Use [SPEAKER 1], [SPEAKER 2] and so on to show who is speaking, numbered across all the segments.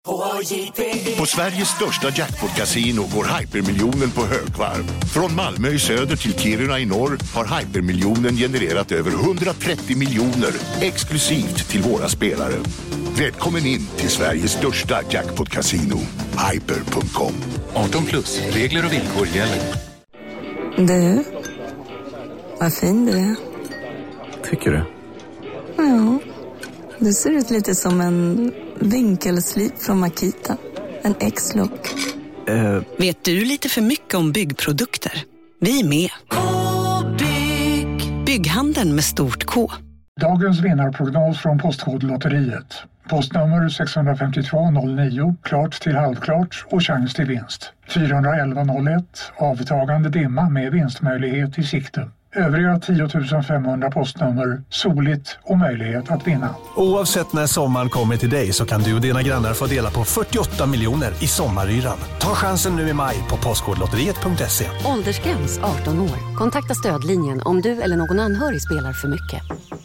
[SPEAKER 1] På Sveriges största jackpot-casino går hypermiljonen på högvarv. Från Malmö i söder till Kiruna i norr har hypermiljonen genererat över 130 miljoner exklusivt till våra spelare. Välkommen in till Sveriges största jackpot-casino, hyper.com.
[SPEAKER 2] 18+, regler och villkor gäller.
[SPEAKER 3] Du, vad fin du är.
[SPEAKER 2] Tycker du?
[SPEAKER 3] Ja, du ser ut lite som en vinkelslip från Makita. En X-look.
[SPEAKER 4] Vet du lite för mycket om byggprodukter? Vi är med. K-bygg. Bygghandeln med stort K.
[SPEAKER 5] Dagens vinnarprognos från Postkodlotteriet. Postnummer 65209, klart till halvklart och chans till vinst. 41101, avtagande dimma med vinstmöjlighet i sikte. Övriga 10 500 postnummer, soligt och möjlighet att vinna.
[SPEAKER 6] Oavsett när sommaren kommer till dig så kan du och dina grannar få dela på 48 miljoner i sommaryran. Ta chansen nu i maj på postkodlotteriet.se.
[SPEAKER 7] Åldersgräns 18 år. Kontakta stödlinjen om du eller någon anhörig spelar för mycket.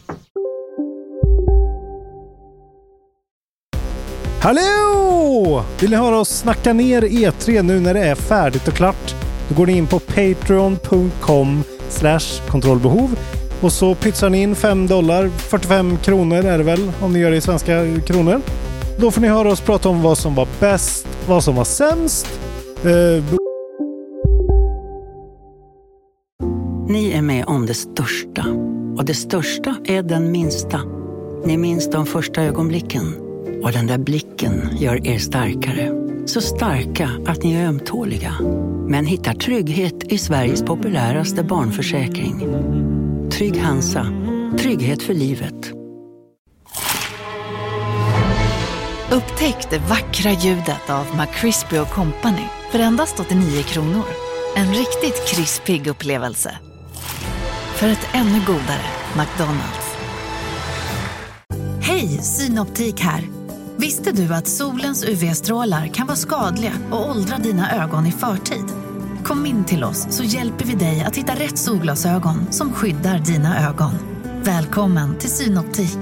[SPEAKER 8] Hallå! Vill ni höra oss snacka ner E3 nu när det är färdigt och klart? Då går ni in på patreon.com/kontrollbehov och så pytsar ni in $5, 45 kronor är det väl om ni gör det i svenska kronor. Då får ni höra oss prata om vad som var bäst, vad som var sämst.
[SPEAKER 9] Ni är med om det största. Och det största är den minsta. Ni minns de första ögonblicken. Och den där blicken gör er starkare. Så starka att ni är ömtåliga. Men hittar trygghet i Sveriges populäraste barnförsäkring. Trygg Hansa. Trygghet för livet.
[SPEAKER 10] Upptäck det vackra ljudet av McCrispy & Company för endast 89 kronor. En riktigt krispig upplevelse. För ett ännu godare McDonald's. Hej, Synoptik här. Visste du att solens UV-strålar kan vara skadliga och åldra dina ögon i förtid? Kom in till oss så hjälper vi dig att hitta rätt solglasögon som skyddar dina ögon. Välkommen till Synoptik.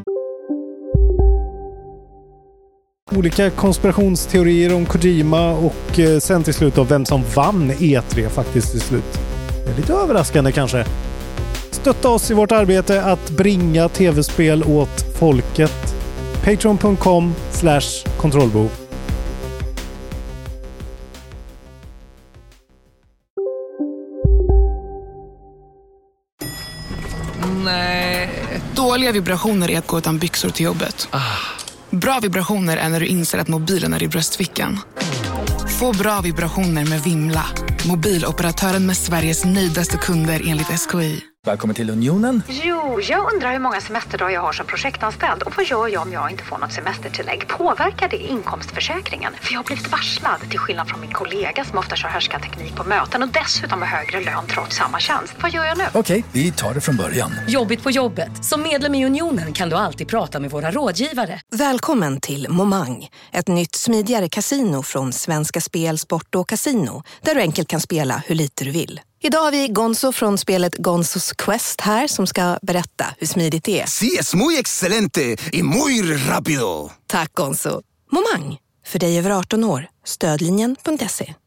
[SPEAKER 8] Olika konspirationsteorier om Kojima och sen till slut av vem som vann E3 faktiskt till slut. Det är lite överraskande kanske. Stötta oss i vårt arbete att bringa tv-spel åt folket. Patreon.com/kontrollbehov.
[SPEAKER 11] Nej. Dåliga vibrationer är att gå utan byxor till jobbet. Bra vibrationer är när du inser att mobilen är i bröstfickan. Få bra vibrationer med Vimla. Mobiloperatören med Sveriges nöjdaste kunder enligt SKI.
[SPEAKER 2] Välkommen till Unionen.
[SPEAKER 12] Jo, jag undrar hur många semesterdagar jag har som projektanställd. Och vad gör jag om jag inte får något semestertillägg? Påverkar det inkomstförsäkringen? För jag har blivit varslad, till skillnad från min kollega som ofta kör härskarteknik på möten och dessutom har högre lön trots samma tjänst. Vad gör jag nu?
[SPEAKER 2] Okej, vi tar det från början.
[SPEAKER 13] Jobbigt på jobbet. Som medlem i Unionen kan du alltid prata med våra rådgivare.
[SPEAKER 14] Välkommen till Momang, ett nytt smidigare kasino från Svenska Spel, Sport och Casino, där du enkelt kan spela hur lite du vill. Idag har vi Gonzo från spelet Gonzos Quest här som ska berätta hur smidigt det är.
[SPEAKER 15] Sí, es muy excelente y muy rápido.
[SPEAKER 14] Tack Gonzo. Momang, för dig över 18 år. Stödlinjen.se.